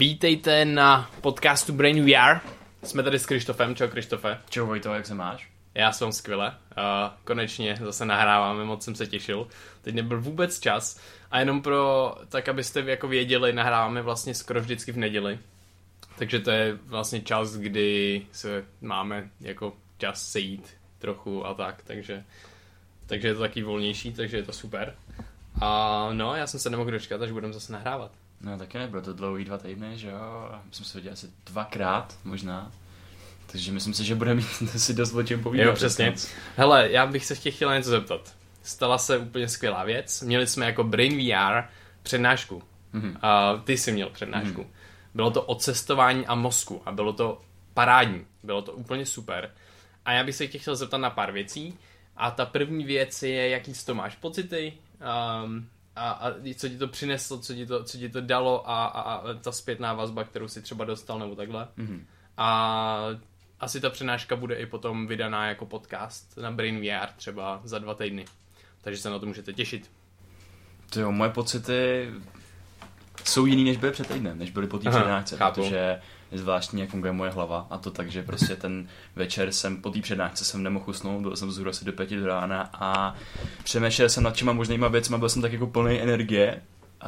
Vítejte na podcastu Brain VR. Jsme tady s Krištofem. Čau Krištofe. Čau Vojto, jak se máš? Já jsem skvěle. Konečně zase nahráváme, moc jsem se těšil. Teď nebyl vůbec čas. A jenom tak abyste jako věděli, nahráváme vlastně skoro vždycky v neděli. Takže to je vlastně čas, kdy se máme jako čas sejít trochu a tak. Takže je to taky volnější, takže je to super. A no, já jsem se nemohl dočkat, až budeme zase nahrávat. No taky nebylo to dlouhý 2 týdny, že jo? Myslím si, že asi 2krát možná. Takže myslím si, že budeme mít si dost o čem povídat. Jo, přesně. Hele, já bych se chtěl něco zeptat. Stala se úplně skvělá věc. Měli jsme jako Brain VR přednášku. Ty jsi měl přednášku. Bylo to o cestování a mozku a bylo to parádní. Bylo to úplně super. A já bych se chtěl zeptat na pár věcí. A ta první věc je, jaký z toho máš pocity, a co ti to přineslo, co ti to dalo a ta zpětná vazba, kterou si třeba dostal nebo takhle. A asi ta přednáška bude i potom vydaná jako podcast na Brain VR třeba za 2 týdny. Takže se na to můžete těšit. Jo, moje pocity jsou jiný, než byly před týdnem, než byly po té přednášce, protože je zvláštní, jak funguje moje hlava, a to tak, že prostě ten večer po té přednášce jsem nemohl usnout, byl jsem vzhůru asi do 5 do rána a přemýšlel jsem nad těma možnýma věcma, byl jsem tak jako plný energie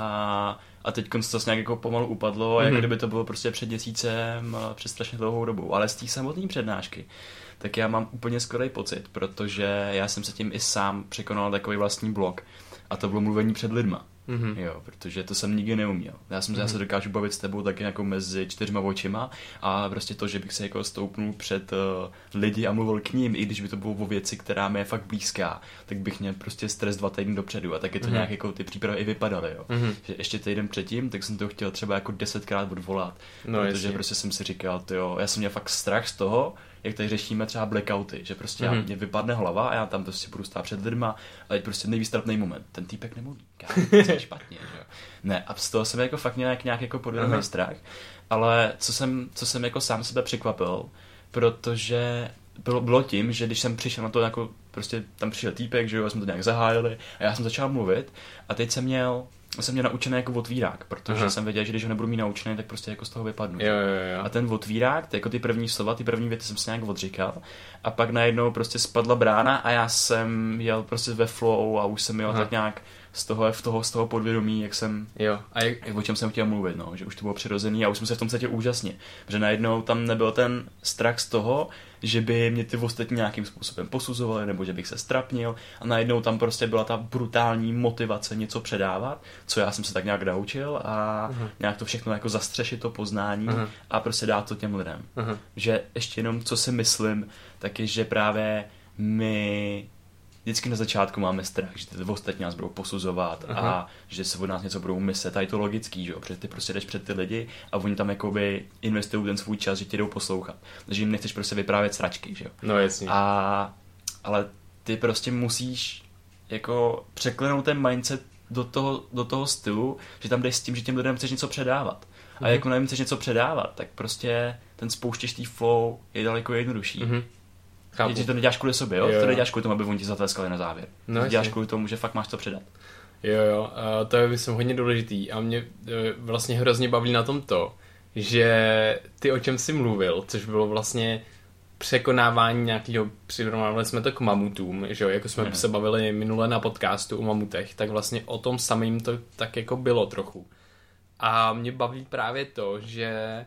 a teď to vlastně nějak jako pomalu upadlo, jako kdyby to bylo prostě před měsícem, před strašně dlouhou dobu, ale z té samotné přednášky tak já mám úplně skorý pocit, protože já jsem se tím i sám překonal takový vlastní blok a to bylo mluvení před lidma. Jo, protože to jsem nikdy neuměl. Já se dokážu bavit s tebou taky jako mezi 4 očima a prostě to, že bych se jako stoupnul před lidi a mluvil k ním, i když by to bylo o věci, která mi je fakt blízká, tak bych měl prostě stres 2 týdny dopředu a taky to nějak jako ty přípravy i vypadaly, jo. Že ještě týden předtím, tak jsem to chtěl třeba jako 10krát odvolat, protože prostě jsem si říkal, jo, já jsem měl fakt strach z toho, jak tady řešíme třeba blackouty, že prostě mě vypadne hlava a já tam prostě budu stát před lidma a teď prostě nejvíc trapný moment. Ten týpek nemluví, to je špatně, že jo. Ne, a z toho jsem jako fakt měl nějak jako podvědomý strach, ale co jsem jako sám sebe překvapil, protože bylo tím, že když jsem přišel na to jako prostě tam přišel týpek, že jo, jsme to nějak zahájili a já jsem začal mluvit a teď jsem měl naučený jako otvírák, protože jsem věděl, že když ho nebudu mít naučený, tak prostě jako z toho vypadnu. Jo. A ten otvírák, jako ty první slova, ty první věty jsem si nějak odříkal a pak najednou prostě spadla brána a já jsem jel prostě ve flow a už jsem jel tak nějak z toho podvědomí, jak jsem, jak o čem jsem chtěl mluvit, no, že už to bylo přirozený a už jsem se v tom cítil úžasně, protože najednou tam nebyl ten strach z toho, že by mě ty ostatní nějakým způsobem posuzovali, nebo že bych se strapnil a najednou tam prostě byla ta brutální motivace něco předávat, co já jsem se tak nějak naučil a nějak to všechno jako zastřešit to poznání a prostě dát to těm lidem. Že ještě jenom, co si myslím, tak je, že právě my vždycky na začátku máme strach, že ty ostatní nás budou posuzovat a že se od nás něco budou myslet a je to logický, že jo, protože ty prostě jdeš před ty lidi a oni tam jakoby investují ten svůj čas, že tě jdou poslouchat, takže jim nechceš prostě vyprávět sračky, že jo. No jasně. Ale ty prostě musíš jako překlenout ten mindset do toho stylu, že tam jdeš s tím, že těm lidem chceš něco předávat. A jako nevím, chceš něco předávat, tak prostě ten spouštěš tý flow je daleko jednodušší. Že to neděláš kvůli sobě, jo? To neděláš kvůli tomu, aby oni ti zatleskali na závěr. To děláš kvůli tomu, že fakt máš co předat. Jo, to je myslím hodně důležitý a mě vlastně hrozně baví na tom to, že ty o čem jsi mluvil, což bylo vlastně překonávání nějakého, přirovnávali jsme to k mamutům, že jo, jako jsme se bavili minule na podcastu o mamutech, tak vlastně o tom samým to tak jako bylo trochu. A mě baví právě to, že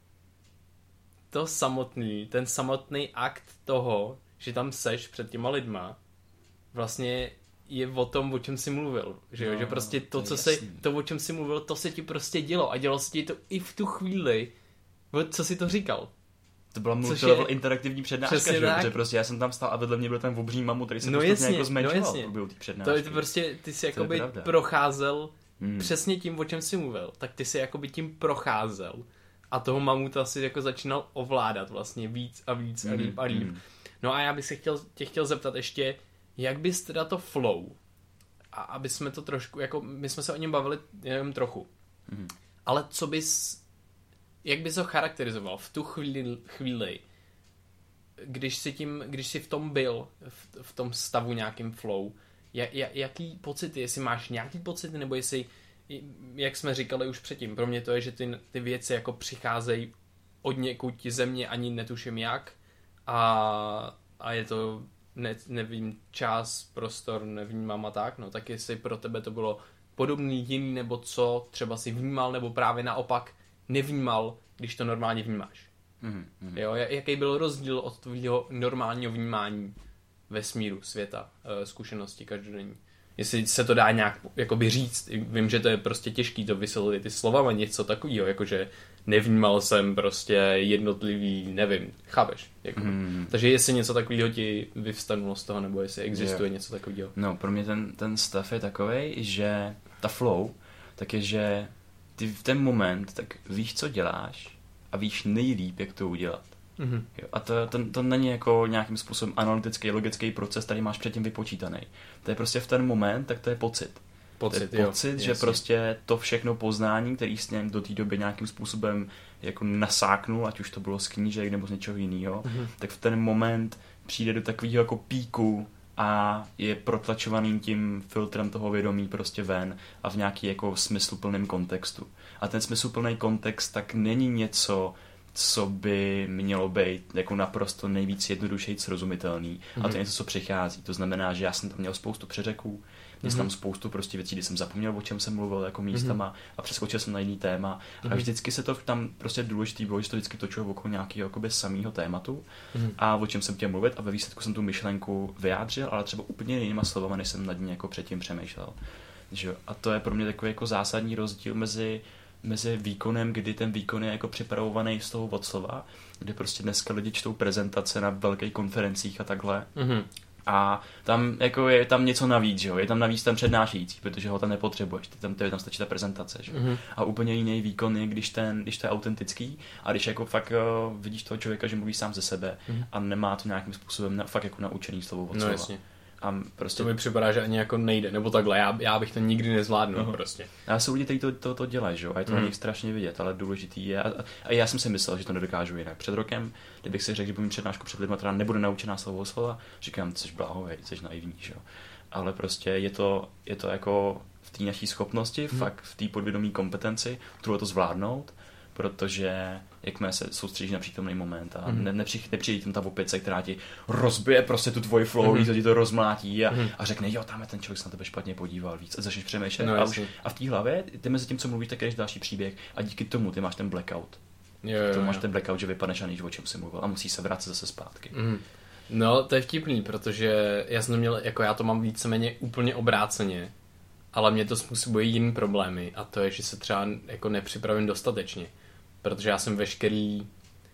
ten samotný akt toho, že tam seš před těma lidma, vlastně je o tom, o čem jsi mluvil, že jo, že prostě to, o čem jsi mluvil, to se ti prostě dělo a dělo se ti to i v tu chvíli, co jsi to říkal. To byla multilevel interaktivní přednáška, že jo, protože prostě já jsem tam stál a vedle mě byl ten obří mamut, který se prostě jako zmenšoval v průběhu té přednášky. To je prostě, ty jsi jakoby procházel přesně tím, o čem jsi mluvil, tak ty jsi jakoby tím procházel. A toho mamuta si jako začínal ovládat vlastně víc a víc a líp a líp. No a já bych se chtěl zeptat ještě, jak bys teda to flow, a aby jsme to trošku, jako my jsme se o něm bavili jenom trochu, ale jak bys ho charakterizoval v tu chvíli, když jsi v tom byl, v tom stavu nějakým flow, jaký pocity, jestli máš nějaký pocity, nebo jestli jak jsme říkali už předtím, pro mě to je, že ty věci jako přicházejí od někud země, ani netuším jak, a je to, nevím, čas, prostor, nevnímám a tak, no tak jestli pro tebe to bylo podobný, jiný, nebo co třeba si vnímal, nebo právě naopak nevnímal, když to normálně vnímáš. Jo, jaký byl rozdíl od tvého normálního vnímání vesmíru, světa, zkušenosti každodenní. Jestli se to dá nějak jakoby říct, vím, že to je prostě těžký to vysvětlit ty slovama, něco takového, jakože nevnímal jsem prostě jednotlivý, nevím, chápeš? Jako. Takže jestli něco takového ti vyvstanulo z toho, nebo jestli existuje něco takového. No, pro mě ten stav je takovej, že ta flow, tak je, že ty v ten moment tak víš, co děláš a víš nejlíp, jak to udělat. Jo, a to není jako nějakým způsobem analytický, logický proces, který máš předtím vypočítaný. To je prostě v ten moment, tak to je pocit. Pocit, že prostě to všechno poznání, který jsi do té doby nějakým způsobem jako nasáknul, ať už to bylo z knížek nebo z něčeho jiného, tak v ten moment přijde do takového jako píku a je protlačovaný tím filtrem toho vědomí prostě ven a v nějaký jako smysluplném kontextu. A ten smysluplný kontext tak není něco, co by mělo být jako naprosto nejvíc jednodušeji srozumitelný. A to je něco, co přichází. To znamená, že já jsem tam měl spoustu přeřeků, měl jsem tam spoustu prostě věcí, kdy jsem zapomněl, o čem jsem mluvil jako místama a přeskočil jsem na jiný téma. A vždycky se to tam prostě důležitý bylo, že to vždycky točilo okolo nějakého jakoby samého tématu a o čem jsem chtěl mluvit a ve výsledku jsem tu myšlenku vyjádřil, ale třeba úplně jinýma slovama, než jsem nad ní jako předtím přemýšlel. Že? A to je pro mě takový jako zásadní rozdíl mezi výkonem, kdy ten výkon je jako připravovaný z toho od slova, kde prostě dneska lidi čtou prezentace na velkých konferencích a takhle. A tam jako je tam něco navíc, že jo? Je tam navíc ten přednášející, protože ho tam nepotřebuješ, tam stačí ta prezentace, že? A úplně jiný výkon je, když to je autentický a když jako fakt vidíš toho člověka, že mluví sám ze sebe a nemá to nějakým způsobem fakt jako naučený slovo od slova. Jasně. A prostě... To mi připadá, že ani jako nejde, nebo takhle, já bych to nikdy nezvládnul prostě. A jsou lidi, kteří to dělají, že jo, a je to na nich strašně vidět, ale důležitý je, a já jsem si myslel, že to nedokážu jinak. Před rokem, kdybych si řekl, že budu mít přednášku před lidmi, která nebude naučená slovo o slova, říkám, ty jsi bláhovej, ty jsi naivní, že jo. Ale prostě je to jako v té naší schopnosti, fakt v té podvědomí kompetenci, kterou to zvládnout, protože jakmile se soustředíš na přítomný moment a nepřijde tam ta opice, která ti rozbije prostě tu tvoji flow, ti to rozmlátí a řekne, jo, tam je ten člověk se na tebe špatně podíval víc a začneš přemýšlet a v té hlavě, ty mezi tím, co mluvíš, tak jdeš další příběh a díky tomu ty máš ten blackout. Máš ten blackout, že vypadneš a nevíš, o čem jsi mluvil a musíš se vrátit zase zpátky. No, to je vtipný, protože já to mám víceméně úplně obráceně, ale mě to způsobuje jiný problémy a to je, že se třeba jako nepřipravím dostatečně. Protože já jsem veškerý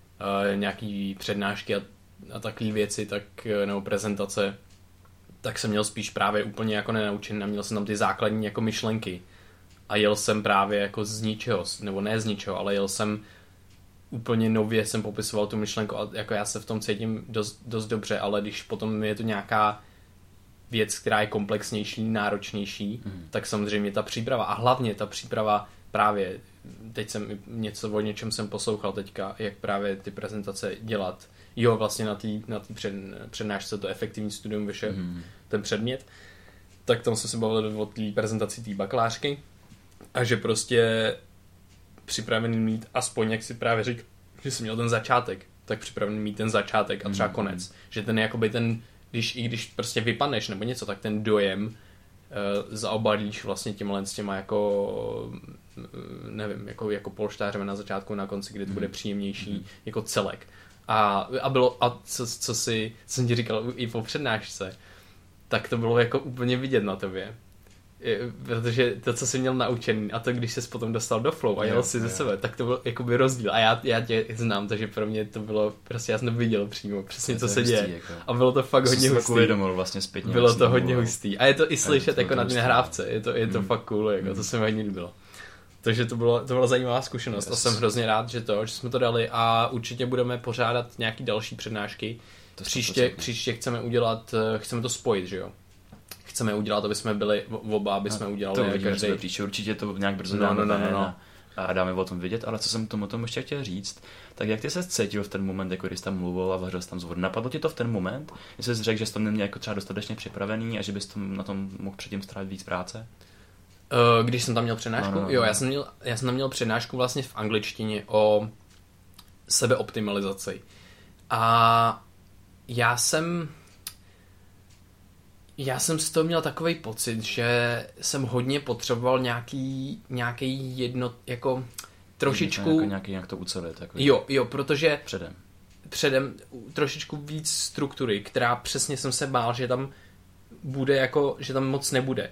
nějaký přednášky a takové věci, nebo prezentace, tak jsem měl spíš právě úplně jako nenaučený a měl jsem tam ty základní jako myšlenky. A jel jsem právě jako z ničeho, nebo ne z ničeho, ale jel jsem úplně nově, jsem popisoval tu myšlenku a jako já se v tom cítím dost dobře, ale když potom je to nějaká věc, která je komplexnější, náročnější, tak samozřejmě ta příprava a hlavně ta příprava právě, teď jsem o něčem jsem poslouchal teďka, jak právě ty prezentace dělat. Jo, vlastně na té přednášce to efektivní studium vyšel ten předmět, tak tam jsme se bavili o té prezentaci té bakalářky a že prostě připravený mít aspoň, jak si právě řekl, že jsi měl ten začátek, tak připravený mít ten začátek a třeba konec. Že ten jakoby ten, když prostě vypadneš nebo něco, tak ten dojem zaobalíš vlastně s těma jako nevím, jako polštářem na začátku, na konci, kdy to bude příjemnější jako celek. A co jsem ti říkal i po přednášce, tak to bylo jako úplně vidět na tobě. Protože to, co jsi měl naučený a to, když jsi potom dostal do flow a jel si ze sebe, tak to byl jakoby rozdíl. A já tě znám, takže pro mě to bylo, prostě já jsem viděl přímo přesně, co se děje. Jako. A bylo to fakt hodně hustý. Vlastně zpětně. Bylo to hodně hustý. A je to i slyšet jako na té nahrávce. Je to fakt cool, jako, to se mi hodně líbilo. Takže to byla zajímavá zkušenost a jsem hrozně rád, že jsme to dali a určitě budeme pořádat nějaký další přednášky. Příště chceme to spojit, že jo? Chceme udělat, aby jsme byli oba, aby jsme udělali to každý. Příště určitě to nějak brzo dáme a dáme o tom vědět, ale co jsem tomu ještě chtěl říct, tak jak ty se cítil v ten moment, jako když jsi tam mluvil a vařil jsi tam z vody, napadlo ti to v ten moment, jestli jsi řekl, že jsi to neměl jako třeba dostatečně připravený a že bys na tom mohl předtím strávit víc práce? Když jsem tam měl přednášku? No. Jo, já jsem tam měl přednášku vlastně v angličtině o sebeoptimalizaci. A já jsem z toho měl takový pocit, že jsem hodně potřeboval nějaký jako trošičku... Nějak to ucelit. Jo, protože... Předem trošičku víc struktury, která přesně jsem se bál, že tam bude jako, že tam moc nebude.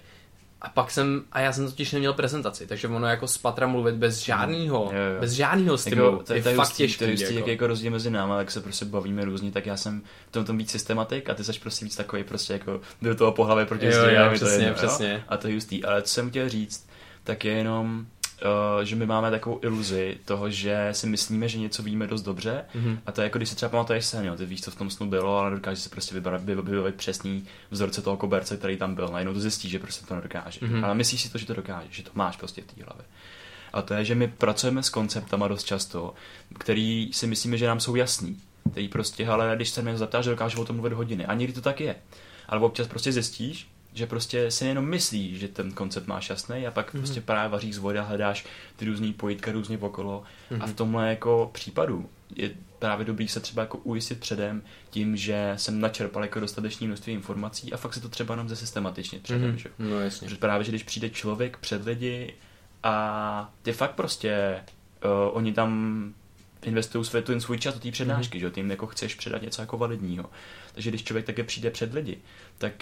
A já jsem totiž neměl prezentaci, takže ono jako z patra mluvit bez žádného stimulu jako, je fakt těžký. To je jako rozdíl mezi náma, jak se prostě bavíme různě, tak já jsem v tom víc systematik a ty seš prostě víc takový prostě jako do toho po hlavě proti přesně. A to je justý. Ale co jsem chtěl říct, tak je jenom že my máme takovou iluzi toho, že si myslíme, že něco víme dost dobře a to je jako když si třeba pamatuješ sen, jo, ty víš, co v tom snu bylo, ale nedokážeš si prostě vybavit přesný vzorce toho koberce, který tam byl. Najednou to zjistíš, že prostě to nedokážeš. Ale myslíš si to, že to dokážeš, že to máš prostě v té hlavě. A to je, že my pracujeme s konceptama dost často, který si myslíme, že nám jsou jasný. Který prostě, ale když se mě zeptáš, že dokážu o tom mluvit hodiny. A někdy to tak je. Ale občas prostě zjistíš, že prostě si jenom myslíš, že ten koncept máš jasný a pak prostě právě vaříš z vody a hledáš ty různý pojitka různě okolo. A v tomhle jako případu je právě dobrý se třeba jako ujistit předem tím, že jsem načerpal jako dostatečné množství informací a fakt se to třeba jenom zesystematičně předem. Že? No jasně. Protože právě, že když přijde člověk před lidi a ty fakt prostě oni tam investují svůj čas do té přednášky, že ty jim jako chceš předat něco jako validního. Takže když člověk také přijde před lidi, tak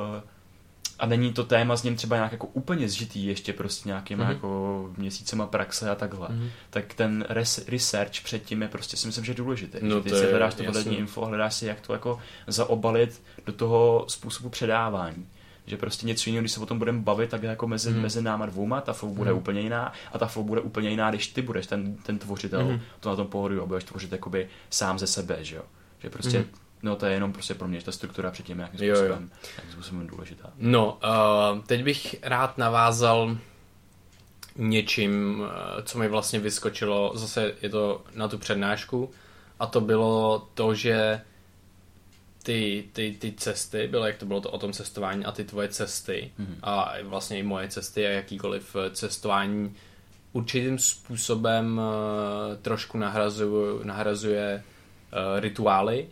a není to téma s ním třeba nějak jako úplně zžitý ještě prostě nějakýma jako měsícema praxe a takhle, tak ten research předtím je prostě si myslím, že je důležitý. No že ty si hledáš to validní info, hledáš si, jak to jako zaobalit do toho způsobu předávání. Že prostě něco jiného, když se o tom budeme bavit, tak jako mezi náma dvouma, ta flow bude úplně jiná a ta flow bude úplně jiná, když ty budeš ten tvořitel, to na tom pohodu a budeš tvořit jakoby sám ze sebe, že jo. Že prostě no to je jenom prostě pro mě, že ta struktura předtím nějakým způsobem důležitá. No, teď bych rád navázal něčím, co mi vlastně vyskočilo, zase je to na tu přednášku, a to bylo to, že ty cesty, bylo jak to bylo to o tom cestování a ty tvoje cesty a vlastně i moje cesty a jakýkoliv cestování určitým způsobem trošku nahrazuje rituály,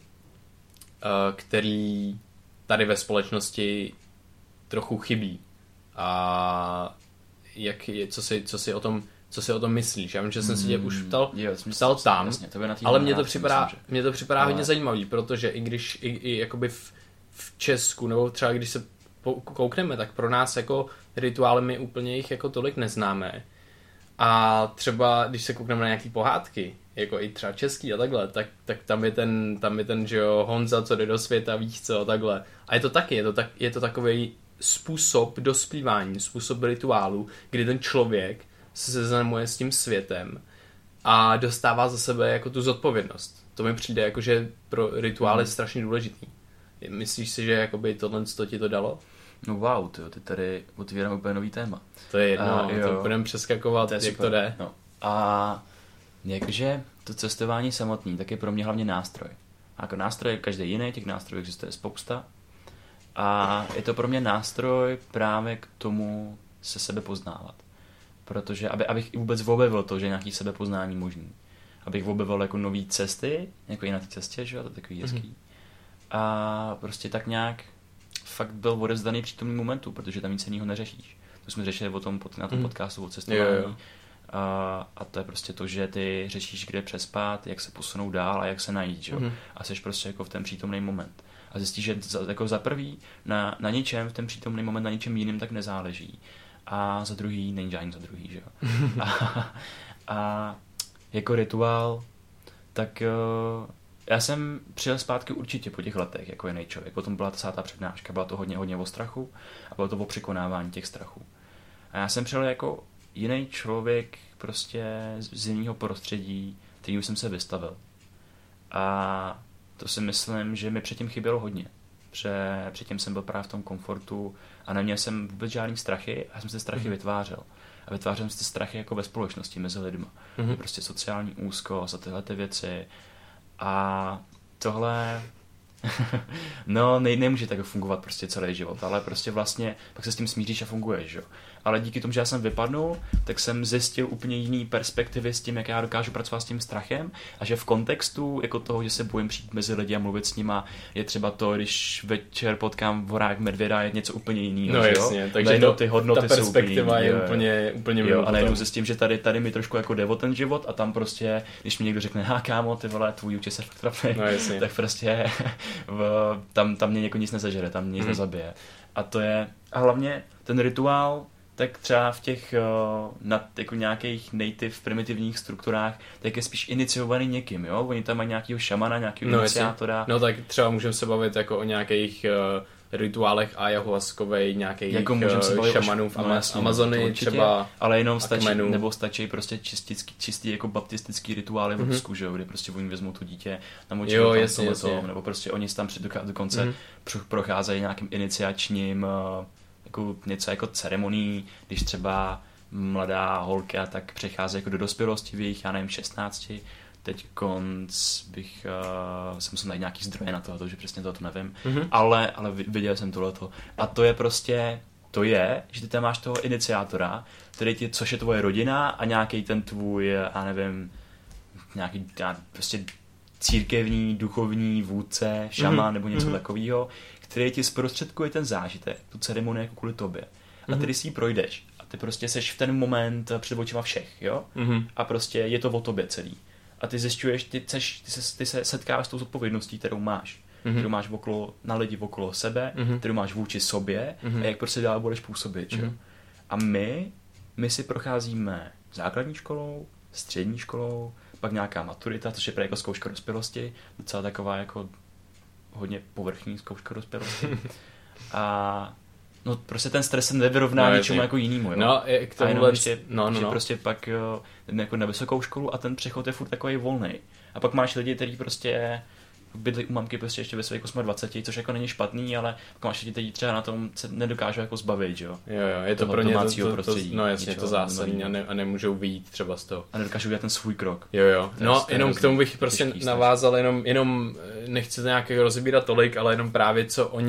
který tady ve společnosti trochu chybí. A co si o tom myslíš? Já vím, že jsem si tě už ptal tam, jasně, ale mně to připadá hodně zajímavý, protože i když i jakoby v Česku, nebo třeba když se koukneme, tak pro nás jako rituály my úplně jich jako tolik neznáme. A třeba když se koukneme na nějaký pohádky, jako i třeba český a takhle, tak tam je ten, že jo, Honza, co jde do světa, víš co, takhle. A je to takový způsob dospívání, způsob rituálu, kdy ten člověk se seznamuje s tím světem a dostává za sebe jako tu zodpovědnost. To mi přijde jako, že pro rituál je strašně důležitý. Myslíš si, že jakoby tohle ti to dalo? No wow, ty tady otvírám úplně nový téma. To je jedno, to budeme přeskakovat, jak to jde. No. A jakože to cestování samotný, tak je pro mě hlavně nástroj. A jako nástroj je každý jiný, těch nástrojů existuje spousta. A je to pro mě nástroj právě k tomu se sebe poznávat. Protože abych vůbec objevil to, že je nějaký sebepoznání možný. Abych objevil jako nový cesty, jako i na té cestě, že jo, to je takový hezký. A prostě tak nějak fakt byl odevzdaný přítomný momentu, protože tam nic jiného neřešíš. To jsme řešili na tom podcastu o cestování. A to je prostě to, že ty řešíš, kde přespat, jak se posunout dál a jak se najít, jo. A jsi prostě jako v ten přítomný moment. A zjistíš, že jako za prvý na ničem v ten přítomný moment, na ničem jiným tak nezáleží. A za druhý není žádný za druhý, že jo. a jako rituál, tak já jsem přijel zpátky určitě po těch letech jako jiný člověk. Potom byla ta přednáška, byla to hodně o strachu a bylo to o překonávání těch strachů. A já jsem přijel jako jiný člověk prostě z jiného prostředí, kterým jsem se vystavil. A to si myslím, že mi předtím chybělo hodně. Předtím jsem byl právě v tom komfortu a neměl jsem vůbec žádný strachy a jsem si strachy vytvářel. A vytvářel jsem si strachy jako ve společnosti mezi lidma. Prostě sociální úzkost a tyhle ty věci. A tohle no, nemůže tak fungovat prostě celý život, ale prostě vlastně pak se s tím smíříš a funguješ, jo. ale díky tomu, že já jsem vypadnul, tak jsem zjistil úplně jiný perspektivy s tím, jak já dokážu pracovat s tím strachem a že v kontextu jako toho, že se bojím přijít mezi lidi a mluvit s nima, je třeba to, když večer potkám v horách medvěda, je něco úplně jiného. No jasně, takže ty hodnoty ta perspektiva je úplně mimo. A najednou zjistím, že tady mi trošku jako jde o ten život a tam prostě, když mi někdo řekne, kámo, ty vole, tvůj účet se fakt trapný, tak prostě tam mě jako nic nezažere, tam mě nic nezabije. A hlavně ten rituál, tak třeba v těch jako nějakých native primitivních strukturách, tak je spíš iniciovaný někým, jo? Oni tam mají nějakýho šamana, nějakýho iniciátora. No tak třeba můžeme se bavit jako o nějakých rituálech ayahuaskovej, nějakých jako šamanů v Amazonii třeba. Ale jenom stačí prostě čistý jako baptistický rituály v Rusku, že jo, kde prostě oni vezmou to dítě, namočí tam nebo prostě oni tam dokonce procházejí nějakým iniciačním jako něco jako ceremonií, když třeba mladá holka tak přechází jako do dospělosti v jejich, já nevím, 16. Teď jsem musel najít nějaký zdroje na to, že přesně to nevím, ale viděl jsem tohleto. A to je prostě, že ty tam máš toho iniciátora, což je tvoje rodina a nějaký ten tvůj, já nevím, nějaký prostě církevní, duchovní vůdce, šaman nebo něco takového, který ti zprostředkuje ten zážitek, tu ceremonii jako kvůli tobě. A ty si ji projdeš. A ty prostě seš v ten moment před očima všech, jo? A prostě je to o tobě celý. A ty zjišťuješ, ty se setkáváš s tou zodpovědností, kterou máš. Kterou máš na lidi okolo sebe, kterou máš vůči sobě a jak prostě dál budeš působit, jo? A my si procházíme základní školou, střední školou, pak nějaká maturita, což je právě jako zkouška dospělosti, docela taková jako hodně povrchní zkouška dospělosti. A no prostě ten stres se nevyrovná ničemu jako jinému, jo. No, k tomu ještě, že prostě pak jako na vysokou školu a ten přechod je furt takový volnej. A pak máš lidi, kteří prostě bydlí u mamky prostě ještě ve svých 28, což jako není špatný, ale pak máš lidi, kteří třeba na tom se nedokážou jako zbavit, jo. Jo, je to pro ně prostředí. No jasně, to zásadní a nemůžou vyjít třeba z toho. A nedokážou udělat ten svůj krok. Jo. No, jenom k tomu bych prostě navázal, jenom nechci to nějak rozebírat tolik, ale jenom právě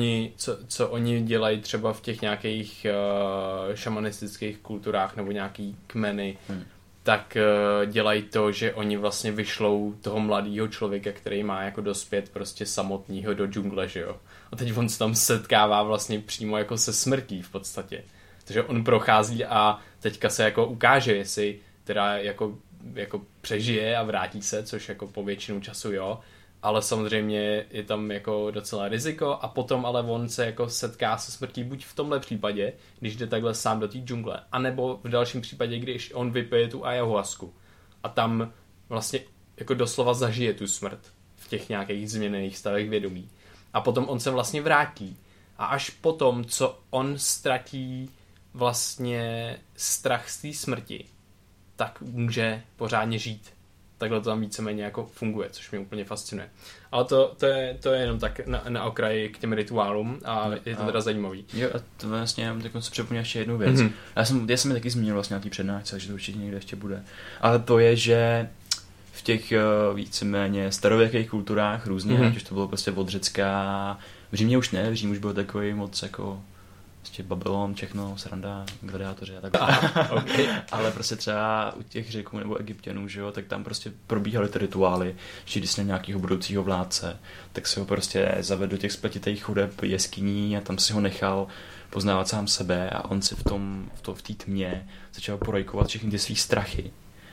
co oni dělají třeba v těch nějakých šamanistických kulturách nebo nějaký kmeny, tak dělají to, že oni vlastně vyšlou toho mladého člověka, který má jako dospět prostě samotného do džungle, že jo. A teď on se tam setkává vlastně přímo jako se smrtí v podstatě. Takže on prochází a teďka se jako ukáže, jestli teda jako přežije a vrátí se, což jako po většinu času jo, ale samozřejmě je tam jako docela riziko a potom ale on se jako setká se smrtí buď v tomhle případě, když jde takhle sám do té džungle, anebo v dalším případě, když on vypije tu ayahuasku a tam vlastně jako doslova zažije tu smrt v těch nějakých změněných stavech vědomí. A potom on se vlastně vrátí a až potom, co on ztratí vlastně strach z té smrti, tak může pořádně žít. Takhle to tam víceméně jako funguje, což mě úplně fascinuje. Ale to je jenom tak na okraji k těm rituálům a je to teda zajímavý. Jo, a to vlastně jenom tak se připomněl ještě jednu věc. Já jsem mi taky zmínil vlastně na té přednášce, že to určitě někde ještě bude. Ale to je, že v těch víceméně starověkých kulturách různě, ať už to bylo prostě od Řecka, v Římě už ne, v Římě už byl takový moc jako prostě Babylon, všechno, sranda, gladiátoři a tak dále. Okay. Ale prostě třeba u těch Řeků nebo Egypťanů, že jo, tak tam prostě probíhaly ty rituály, že když jsi nějakého budoucího vládce, tak se ho prostě zavedl do těch spletitých chudeb jeskyní a tam si ho nechal poznávat sám sebe a on si v té tmě začal projkovat všechny ty svý strachy.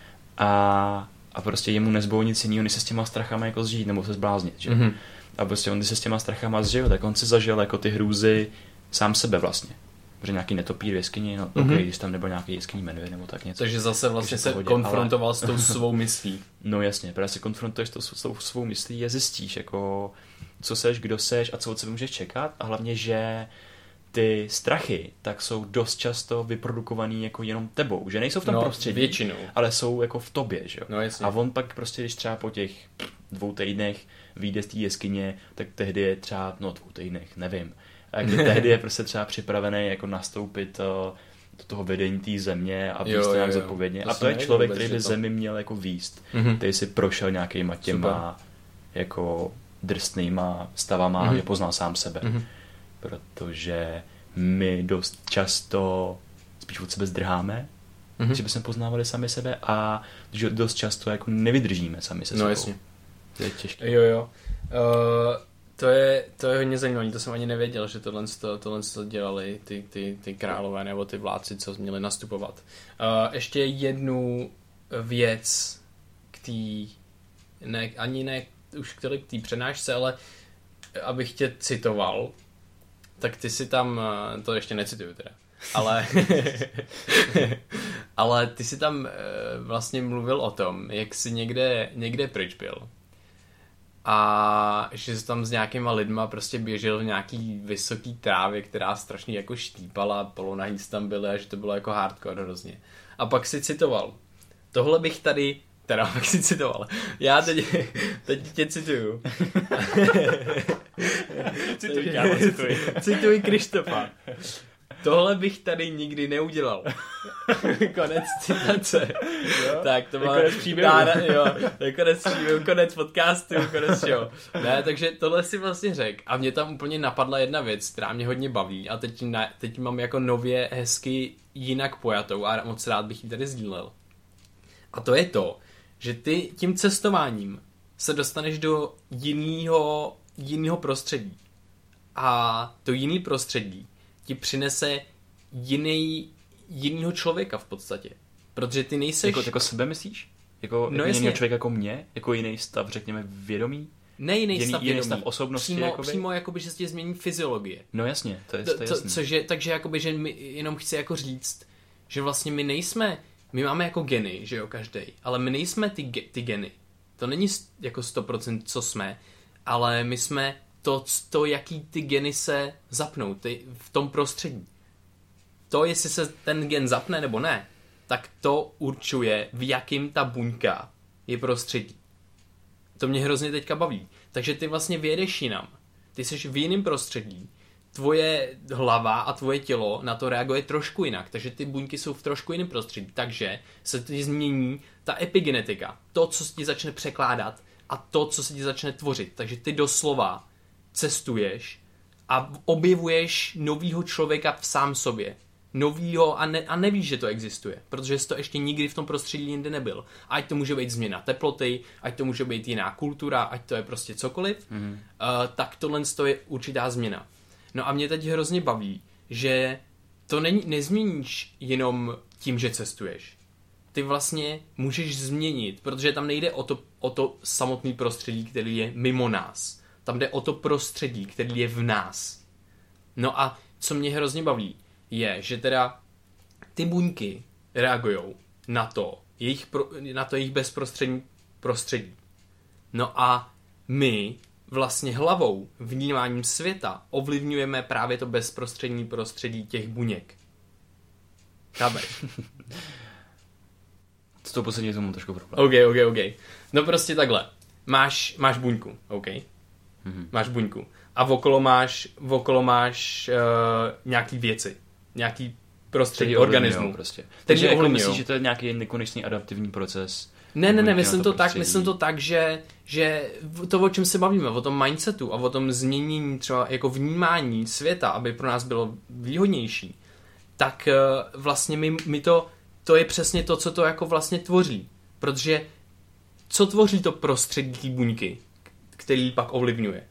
A prostě jemu nezbylo nic jiného, než se s těma strachama jako zžít nebo se zbláznit, že? A prostě on, když se s těma strachama zžil, tak on si zažil jako ty hrůzy sám sebe vlastně. Protože nějaký netopír v jeskyni, když tam nebyl nějaký jeskyní medvěd nebo tak něco. Takže zase vlastně se konfrontoval s tou svou myslí. No jasně, protože se konfrontuješ s tou svou myslí a zjistíš, jako, co seš, kdo seš a co od sebe můžeš čekat a hlavně, že ty strachy tak jsou dost často vyprodukovaný jako jenom tebou, že nejsou v tom prostředí, většinou, ale jsou jako v tobě, že jo. No, jasně. A on pak prostě, když třeba po těch 2 týdnech vyjde z té jeskyně, tak tehdy je třeba, 2 týdnech, nevím. A tehdy je prostě třeba připravený jako nastoupit do toho vedení té země a víc to nějak zodpovědně. A to je člověk, který by zemi měl jako víst. Který si prošel nějakýma těma jako drsnýma stavama, že poznal sám sebe. Protože my dost často spíš od sebe zdrháme, že bychom poznávali sami sebe a že dost často jako nevydržíme sami se sebou. No jasně. To je těžké. Jo. To je hodně zajímavé, to jsem ani nevěděl, že tohle dělali ty králové nebo ty vládci, co měli nastupovat. Ještě jednu věc k té přednášce, ale abych tě citoval, tak ty si tam, to ještě necituju teda, ale ty si tam vlastně mluvil o tom, jak jsi někde pryč byl. A že jsi tam s nějakýma lidma prostě běžel v nějaký vysoký trávě, která strašně jako štípala, polonahý tam byly a že to bylo jako hardcore hrozně. A pak si citoval. Tohle bych tady, pak si citoval. Já teď tě cituju. Cituj Krištofa. Tohle bych tady nikdy neudělal. Konec citace. Jo? Tak to má konec příběhu. Konec podcastu, konec všeho. Ne, takže tohle si vlastně řekl. A mě tam úplně napadla jedna věc, která mě hodně baví. A teď mám jako nově hezky jinak pojatou a moc rád bych ji tady sdílel. A to je to, že ty tím cestováním se dostaneš do jiného prostředí. A to jiný prostředí ti přinese jinýho člověka v podstatě. Protože ty nejseš... Jako sebe myslíš? Jako jiného člověka jako mě? Jako jiný stav, řekněme, vědomí? Ne jiný stav vědomí. Jiný stav osobnosti? Přímo jakoby, že se tě změní fyziologie. No jasně, to je jasný. Takže jakoby, že my jenom chci jako říct, že vlastně my nejsme... My máme jako geny, že jo, každej. Ale my nejsme ty geny. To není jako 100% co jsme, ale my jsme to, jaký ty geny se zapnou v tom prostředí. To, jestli se ten gen zapne nebo ne, tak to určuje, v jakým ta buňka je prostředí. To mě hrozně teďka baví. Takže ty vlastně vyjedeš jinam. Ty jsi v jiném prostředí. Tvoje hlava a tvoje tělo na to reaguje trošku jinak. Takže ty buňky jsou v trošku jiném prostředí. Takže se ti změní ta epigenetika. To, co se ti začne překládat a to, co se ti začne tvořit. Takže ty doslova cestuješ a objevuješ novýho člověka v sám sobě. Novýho a nevíš, že to existuje, protože jsi to ještě nikdy v tom prostředí jinde nebyl. Ať to může být změna teploty, ať to může být jiná kultura, ať to je prostě cokoliv, tak tohle je určitá změna. No a mě teď hrozně baví, že to nezměníš jenom tím, že cestuješ. Ty vlastně můžeš změnit, protože tam nejde o to samotné prostředí, který je mimo nás. Tam jde o to prostředí, který je v nás. No a co mě hrozně baví, je, že teda ty buňky reagujou na to jejich bezprostřední prostředí. No a my vlastně hlavou, vnímáním světa ovlivňujeme právě to bezprostřední prostředí těch buněk. Chápeš? S tou poslední tomu trošku problém. OK. No prostě takhle. Máš buňku, OK? Máš buňku. A okolo máš nějaký věci. Nějaký prostředí organismu. Prostě. Takže jako myslíš, že to je nějaký nekonečný adaptivní proces? Ne, myslím to tak, že to, o čem se bavíme, o tom mindsetu a o tom změnění třeba jako vnímání světa, aby pro nás bylo výhodnější, tak vlastně my to je přesně to, co to jako vlastně tvoří. Protože co tvoří to prostředí té buňky, který pak ovlivňuje?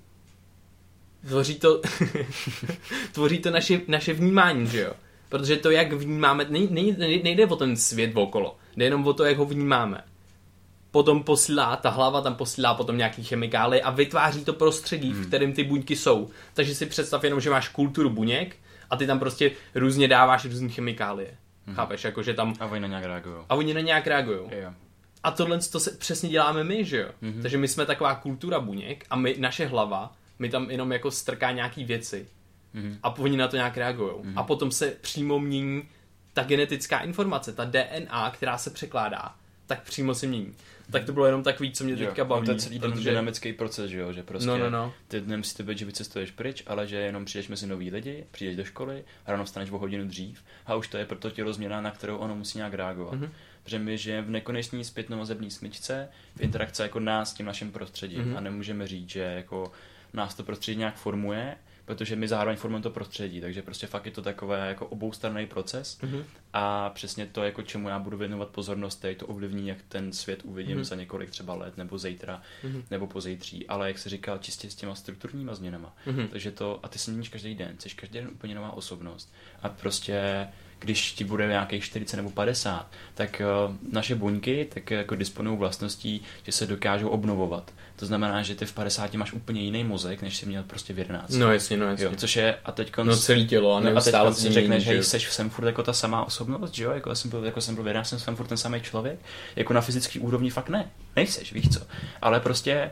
Tvoří to naše vnímání, že jo? Protože to, jak vnímáme, nejde o ten svět okolo, jde jenom o to, jak ho vnímáme. Potom ta hlava tam posílá potom nějaký chemikálie a vytváří to prostředí, v kterém ty buňky jsou. Takže si představ jenom, že máš kulturu buněk a ty tam prostě různě dáváš různé chemikálie. Chápeš, jakože tam... A oni na nějak reagujou. Yeah. A tohle to přesně děláme my, že jo? Takže my jsme taková kultura buněk a naše hlava, my tam jenom jako strká nějaký věci. A oni na to nějak reagujou. A potom se přímo mění ta genetická informace, ta DNA, která se překládá, tak přímo se mění. Tak to bylo jenom takový, co mě teďka baví. To je celý ten dynamický proces, že jo? Že prostě ty nemusíte být, že vycestuješ pryč, ale že jenom přijdeš mezi nový lidi, přijdeš do školy, ráno vstaneš o hodinu dřív a už to je proto tělo změna, na kterou ono musí nějak reagovat. Protože my žijeme v nekonečné zpětnovazební smyčce, v interakce jako nás s tím naším prostředím a nemůžeme říct, že jako nás to prostředí nějak formuje, protože my zároveň formujeme to prostředí, takže prostě fakt je to takové jako oboustranný proces a přesně to, jako čemu já budu věnovat pozornost, teď to ovlivní, jak ten svět uvidím za několik třeba let, nebo zítra, nebo pozítří, ale jak se říkal, čistě s těma strukturníma změnama, takže to, a ty se měníš každý den, jsi každý den úplně nová osobnost a prostě když ti bude nějakých 40 nebo 50, tak naše buňky tak jako disponují vlastností, že se dokážou obnovovat. To znamená, že ty v 50 máš úplně jiný mozek, než jsi měl prostě v 11. No jasně. Jo, což je, a teďko... No celý tělo a neustále si řekneš, hej, jsem furt jako ta samá osobnost, že jo, jako jsem byl v 11, jsem furt ten samý člověk, jako na fyzický úrovni fakt nejseš, víš co. Ale prostě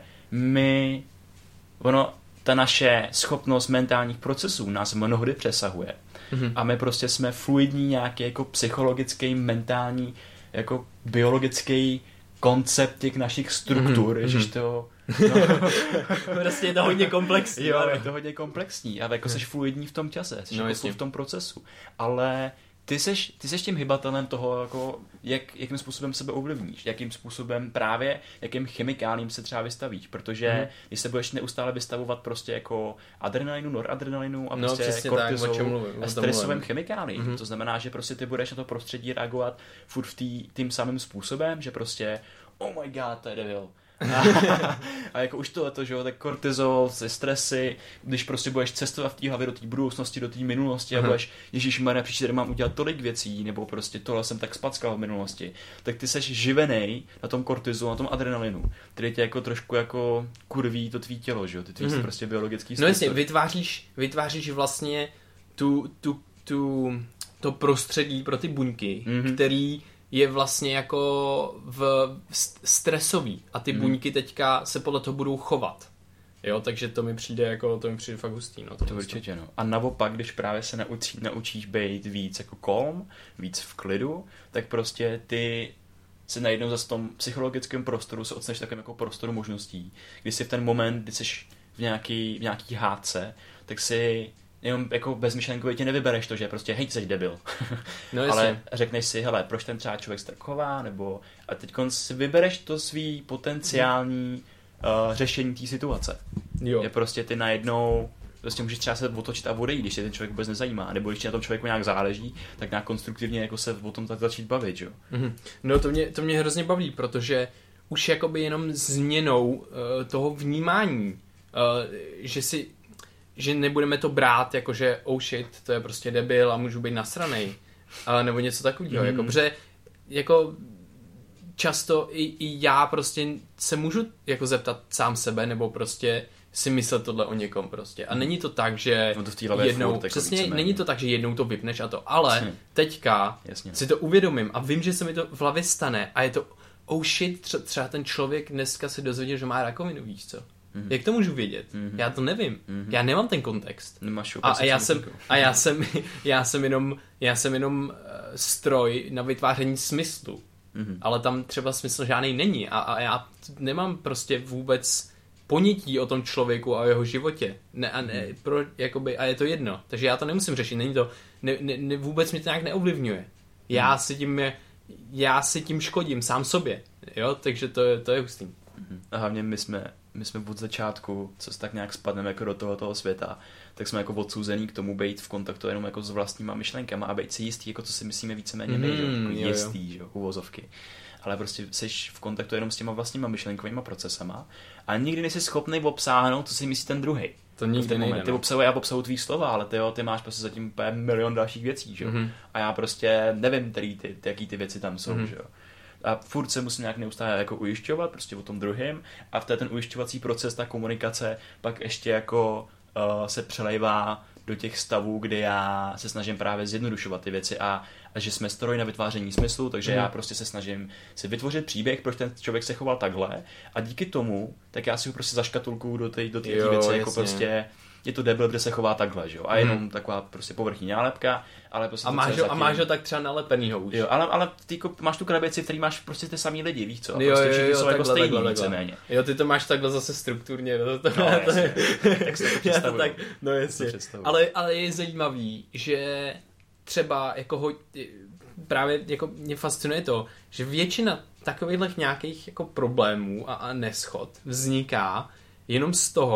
ta naše schopnost mentálních procesů nás mnohdy přesahuje. A my prostě jsme fluidní nějaký jako psychologický, mentální, jako biologický koncept těch našich struktur, ježiš to... No. Prostě je to hodně komplexní. Jo, je to hodně komplexní a jako seš fluidní v tom čase, jsi jako v tom procesu. Ale ty seš tím hybatelem toho, jako jakým způsobem sebe ovlivníš, jakým chemikálím se třeba vystavíš, protože když se budeš neustále vystavovat prostě jako adrenalinu, noradrenalinu a prostě kortizolu a stresovým chemikálím, to znamená, že prostě ty budeš na to prostředí reagovat furt tím samým způsobem, že prostě oh my god, to je devil. A jako už to, že jo, tak kortizol, stresy, když prostě budeš cestovat v té hlavě do té budoucnosti, do té minulosti a budeš, ježišmarja, příště mám udělat tolik věcí, nebo prostě tohle jsem tak spackal v minulosti, tak ty seš živenej na tom kortizolu, na tom adrenalinu, který tě jako trošku jako kurví to tvý tělo, že jo, ty tvý prostě biologický struktury. No jasně, vytváříš vlastně to prostředí pro ty buňky, který je vlastně jako stresový a ty buňky teďka se podle toho budou chovat. Jo, takže to mi přijde fakt hustý. No, to určitě, no. A naopak, když právě se naučíš být víc jako calm, víc v klidu, tak prostě ty se najednou zase v tom psychologickém prostoru se odstaneš takovým jako prostoru možností. Když jsi v ten moment, kdy jsi v nějaký hádce, tak si jenom jako bezmyšlenkově tě nevybereš to, že prostě hej, jsi debil. No, ale řekneš si, hele, proč ten třeba člověk se tak chová, nebo a teď si vybereš to svý potenciální řešení té situace. Jo. Je prostě ty najednou prostě můžeš třeba se otočit a odejít, když se ten člověk vůbec nezajímá, nebo když ti na tom člověku nějak záleží, tak nějak konstruktivně jako se o tom tak začít bavit, jo. No to mě hrozně baví, protože už jakoby jenom změnou toho vnímání, že nebudeme to brát jako, že oh shit, to je prostě debil a můžu být nasranej, nebo něco takového, jako, protože jako často i já prostě se můžu jako zeptat sám sebe, nebo prostě si myslet tohle o někom prostě. A není to tak, že jednou, přesně, není to tak, že jednou to vypneš a to, ale teďka si to uvědomím a vím, že se mi to v hlavě stane a je to oh shit, třeba ten člověk dneska se dozvěděl, že má rakovinu, víš co? Jak to můžu vědět? Já to nevím. Já nemám ten kontext. Já jsem jenom stroj na vytváření smyslu. Ale tam třeba smysl žádný není. A já nemám prostě vůbec ponětí o tom člověku a o jeho životě. A je to jedno. Takže já to nemusím řešit. Není to, vůbec mě to nějak neovlivňuje. Já si tím škodím sám sobě. Jo? Takže to je hustý. A hlavně my jsme od začátku, co se tak nějak spadneme jako do toho světa, tak jsme jako odsouzený k tomu být v kontaktu jenom jako s vlastníma myšlenkama a být si jistý, jako co si myslíme víceméně my, jako jistý, že, uvozovky. Ale prostě jsi v kontaktu jenom s těma vlastníma myšlenkovými procesama a nikdy nejsi schopný obsáhnout, co si myslí ten druhý. To nikdy nejde. Já obsahuji tvý slova, ale ty máš prostě zatím milion dalších věcí, že? A já prostě nevím, jaký ty věci tam jsou, že jo. A furt se musím nějak neustále jako ujišťovat prostě o tom druhém a v ten ujišťovací proces, ta komunikace pak ještě jako se přelejvá do těch stavů, kdy já se snažím právě zjednodušovat ty věci a že jsme stroj na vytváření smyslu, takže já prostě se snažím si vytvořit příběh, proč ten člověk se choval takhle a díky tomu, tak já si ho prostě zaškatulkuju do té věci, jako prostě je to debil, kde se chová takhle, že jo? A jenom taková prostě povrchní nálepka, ale prostě a máš ho tak třeba nalepenýho už. Jo, ale ty máš tu krabici, v který máš prostě ty samý lidi, víš co? A prostě všichni jsou jako stejný víceméně. Jo, ty to máš takhle zase strukturně. Tak si to představuju. No jasně. Ale je zajímavý, že třeba jako právě jako mě fascinuje to, že většina takových nějakých jako problémů a neschod vzniká jenom z toho,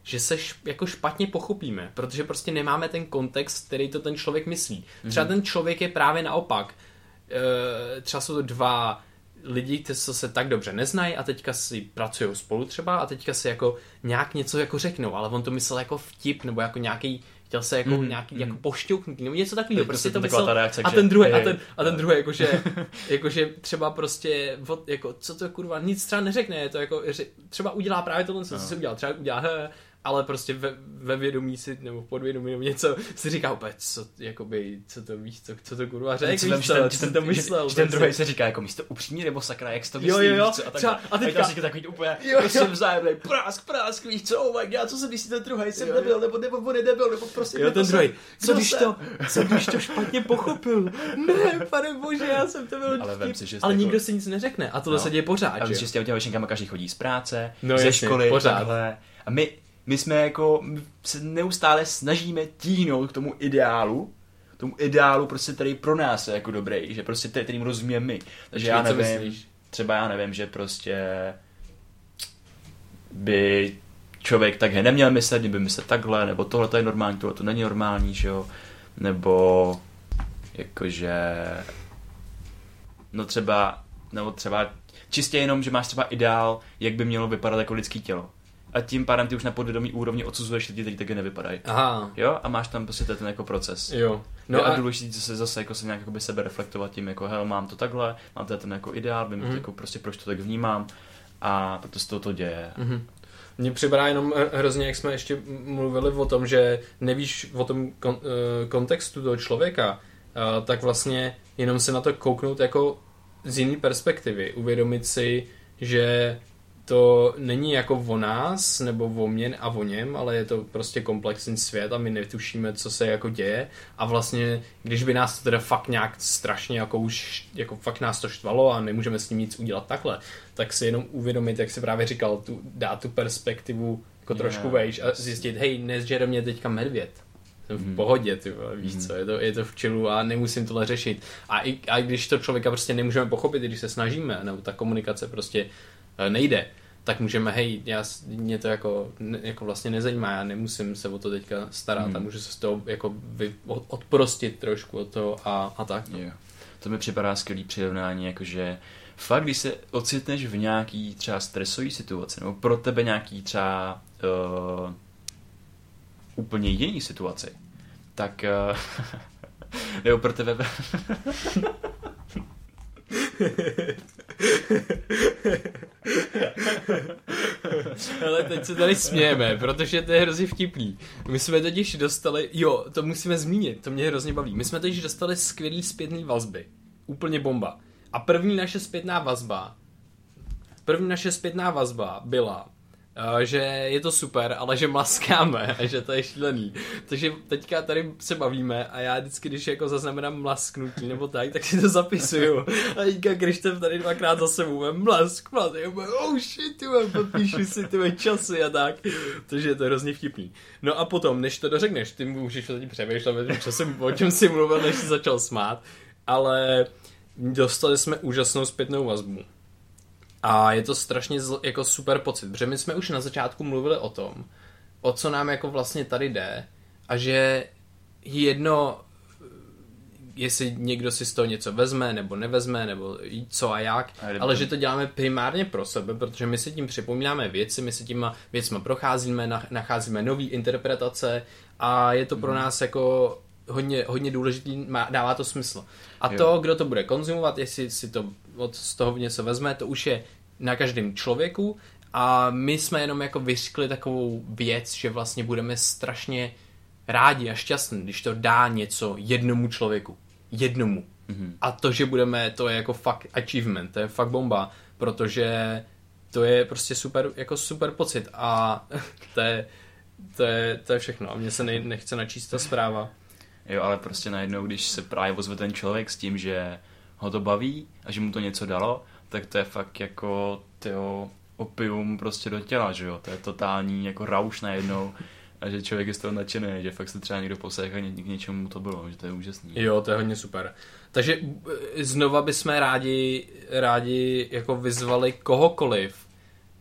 že se jako špatně pochopíme, protože prostě nemáme ten kontext, který to ten člověk myslí. Třeba ten člověk je právě naopak. Třeba jsou to dva lidi, kteří se tak dobře neznají a teďka si pracují spolu třeba a teďka si jako nějak něco jako řeknou, ale on to myslel jako vtip nebo jako nějaký, chtěl se jako nějaký jako pošťouknutí nebo něco takového, prostě to myslel reakce, a ten druhý jakože třeba prostě jako co to kurva nic třeba neřekne, je to jako třeba udělá právě tohle, co si udělal, třeba udělá ale prostě ve vědomí si, nebo v podvědomí nebo něco si říká úplně, co to víš, co to kurva řek, víš co to myslel. Ten druhý se říká jako místo upřímně, nebo sakra, jak jsi to myslí, víš co, a teďka si takový úplně, prostě vzájemnej prásk, víš co, oh my god, co se myslí ten druhý, jsem nebyl, nebo on nebyl, nebo prostě jo, ten druhý, co když to špatně pochopil, ne, pane bože, já jsem to byl ale nikdo si nic neřekne a tohle se děje pořád, a víš, že s těma vešenkama každý chodí z práce, no, ze školy, takhle, a my jsme jako, se neustále snažíme tíhnout k tomu ideálu prostě, který pro nás je jako dobrý, že prostě kterým rozumíme my. Takže já nevím, že prostě by člověk takhle neměl myslet, by myslet takhle, nebo tohle to je normální, tohle to není normální, že jo, nebo jakože, třeba čistě jenom, že máš třeba ideál, jak by mělo vypadat jako lidský tělo. A tím pádem ty už na podvědomí úrovni odsuzuješ lidi, kteří taky nevypadají. Aha. Jo? A máš tam prostě ten jako proces. Jo. No a důležité se zase jako se nějak jako by sebe reflektovat tím, jako hele, mám to takhle, mám ten jako ideál, vím jako prostě proč to tak vnímám a proto se to děje. Mně připadá jenom hrozně, jak jsme ještě mluvili o tom, že nevíš o tom kontextu toho člověka, tak vlastně jenom se na to kouknout jako z jiné perspektivy. Uvědomit si, že to není jako o nás, nebo o mě a o něm, ale je to prostě komplexní svět a my netušíme, co se jako děje a vlastně, když by nás to teda fakt nějak strašně jako už, jako fakt nás to štvalo a nemůžeme s ním nic udělat takhle, tak si jenom uvědomit, jak jsi právě říkal, dát tu perspektivu jako trošku vejš a zjistit, hej, nezžere mě teďka medvěd. Jsem v pohodě, ty vole, víš co, je to v chillu a nemusím tohle řešit. A když to člověka prostě nemůžeme pochopit, když se snažíme, nebo ta komunikace prostě nejde, tak můžeme, hej, mě to jako vlastně nezajímá, já nemusím se o to teďka starat a můžu se z toho jako odprostit trošku od toho a tak. No. Yeah. To mi připadá skvělý přirovnání, jakože fakt, když se ocitneš v nějaký třeba stresový situaci, nebo pro tebe nějaký třeba úplně jiný situaci, tak nebo pro tebe Ale teď se tady smějeme, protože to je hrozně vtipný. My jsme totiž dostali, to musíme zmínit, to mě hrozně baví. My jsme totiž dostali skvělý zpětný vazby. Úplně bomba. A první naše zpětná vazba byla, že je to super, ale že mlaskáme a že to je šílený. Takže teďka tady se bavíme a já vždycky, když jako zaznamenám mlasknutí nebo tak si to zapisuju. A teďka, když jsem tady dvakrát za sebou, mlask, oh shit, podpíšu si ty časy a tak. Takže je to hrozně vtipný. No a potom, než to dořekneš, ty můžeš teď přemýšlet, o čem jsi mluvil, než jsi začal smát, ale dostali jsme úžasnou zpětnou vazbu. A je to strašně jako super pocit, protože my jsme už na začátku mluvili o tom, o co nám jako vlastně tady jde a že jedno, jestli někdo si z toho něco vezme nebo nevezme, nebo co a jak, ale že to děláme primárně pro sebe, protože my si tím připomínáme věci, my si těma věcma procházíme, nacházíme nový interpretace a je to pro nás jako hodně důležitý, dává to smysl. A to, kdo to bude konzumovat, jestli si to z toho něco vezme, to už je na každém člověku a my jsme jenom jako vyřkli takovou věc, že vlastně budeme strašně rádi a šťastní, když to dá něco jednomu člověku. Jednomu. A to, že budeme, to je jako fakt achievement, to je fakt bomba, protože to je prostě super pocit a to je všechno. A mně se nechce načíst ta zpráva. Jo, ale prostě najednou, když se právě ozve ten člověk s tím, že ho to baví a že mu to něco dalo, tak to je fakt jako opium prostě do těla, že jo? To je totální jako rauš najednou a že člověk je z toho nadšený, že fakt se třeba někdo poslech a k něčemu mu to bylo, že to je úžasný. Jo, to je hodně super. Takže znova bychom rádi jako vyzvali kohokoliv,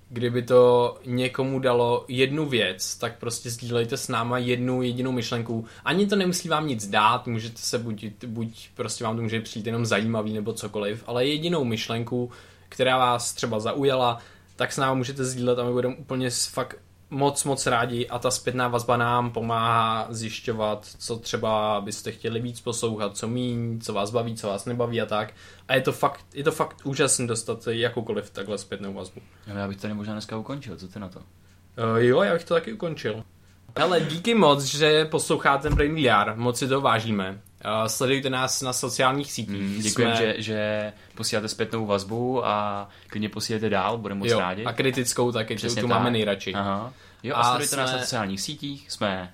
kdyby to někomu dalo jednu věc, tak prostě sdílejte s náma jednu jedinou myšlenku. Ani to nemusí vám nic dát, můžete se buď prostě vám to může přijít jenom zajímavý nebo cokoliv, ale jedinou myšlenku, která vás třeba zaujala, tak s námi můžete sdílet a my budeme úplně fakt moc rádi a ta zpětná vazba nám pomáhá zjišťovat, co třeba byste chtěli víc poslouchat, co míň, co vás baví, co vás nebaví a tak. A je to fakt úžasný dostat jakoukoliv takhle zpětnou vazbu. Já bych tady možná dneska ukončil, co ty na to? Jo, já bych to taky ukončil. Hele, díky moc, že posloucháte Brain VR, moc si to vážíme. Sledujte nás na sociálních sítích. Děkujeme, že posíláte zpětnou vazbu a klidně posílejte dál, budeme moc rádi. A kritickou taky, tu máme nejradši. Aha. Jo, a sledujte nás na sociálních sítích, jsme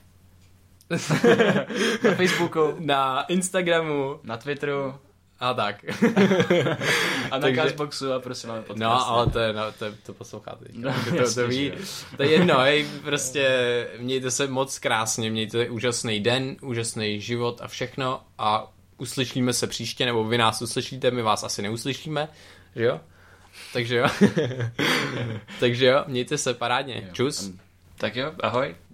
na Facebooku, na Instagramu, na Twitteru a tak. A na Castboxu a prosím máme podcast. No, ale to posloucháte. To ví. To je jedno, hej, prostě mějte se moc krásně, mějte úžasný den, úžasný život a všechno a uslyšíme se příště, nebo vy nás uslyšíte, my vás asi neuslyšíme, že jo? Takže jo, mějte se parádně. Čus. Tak jo, ahoj.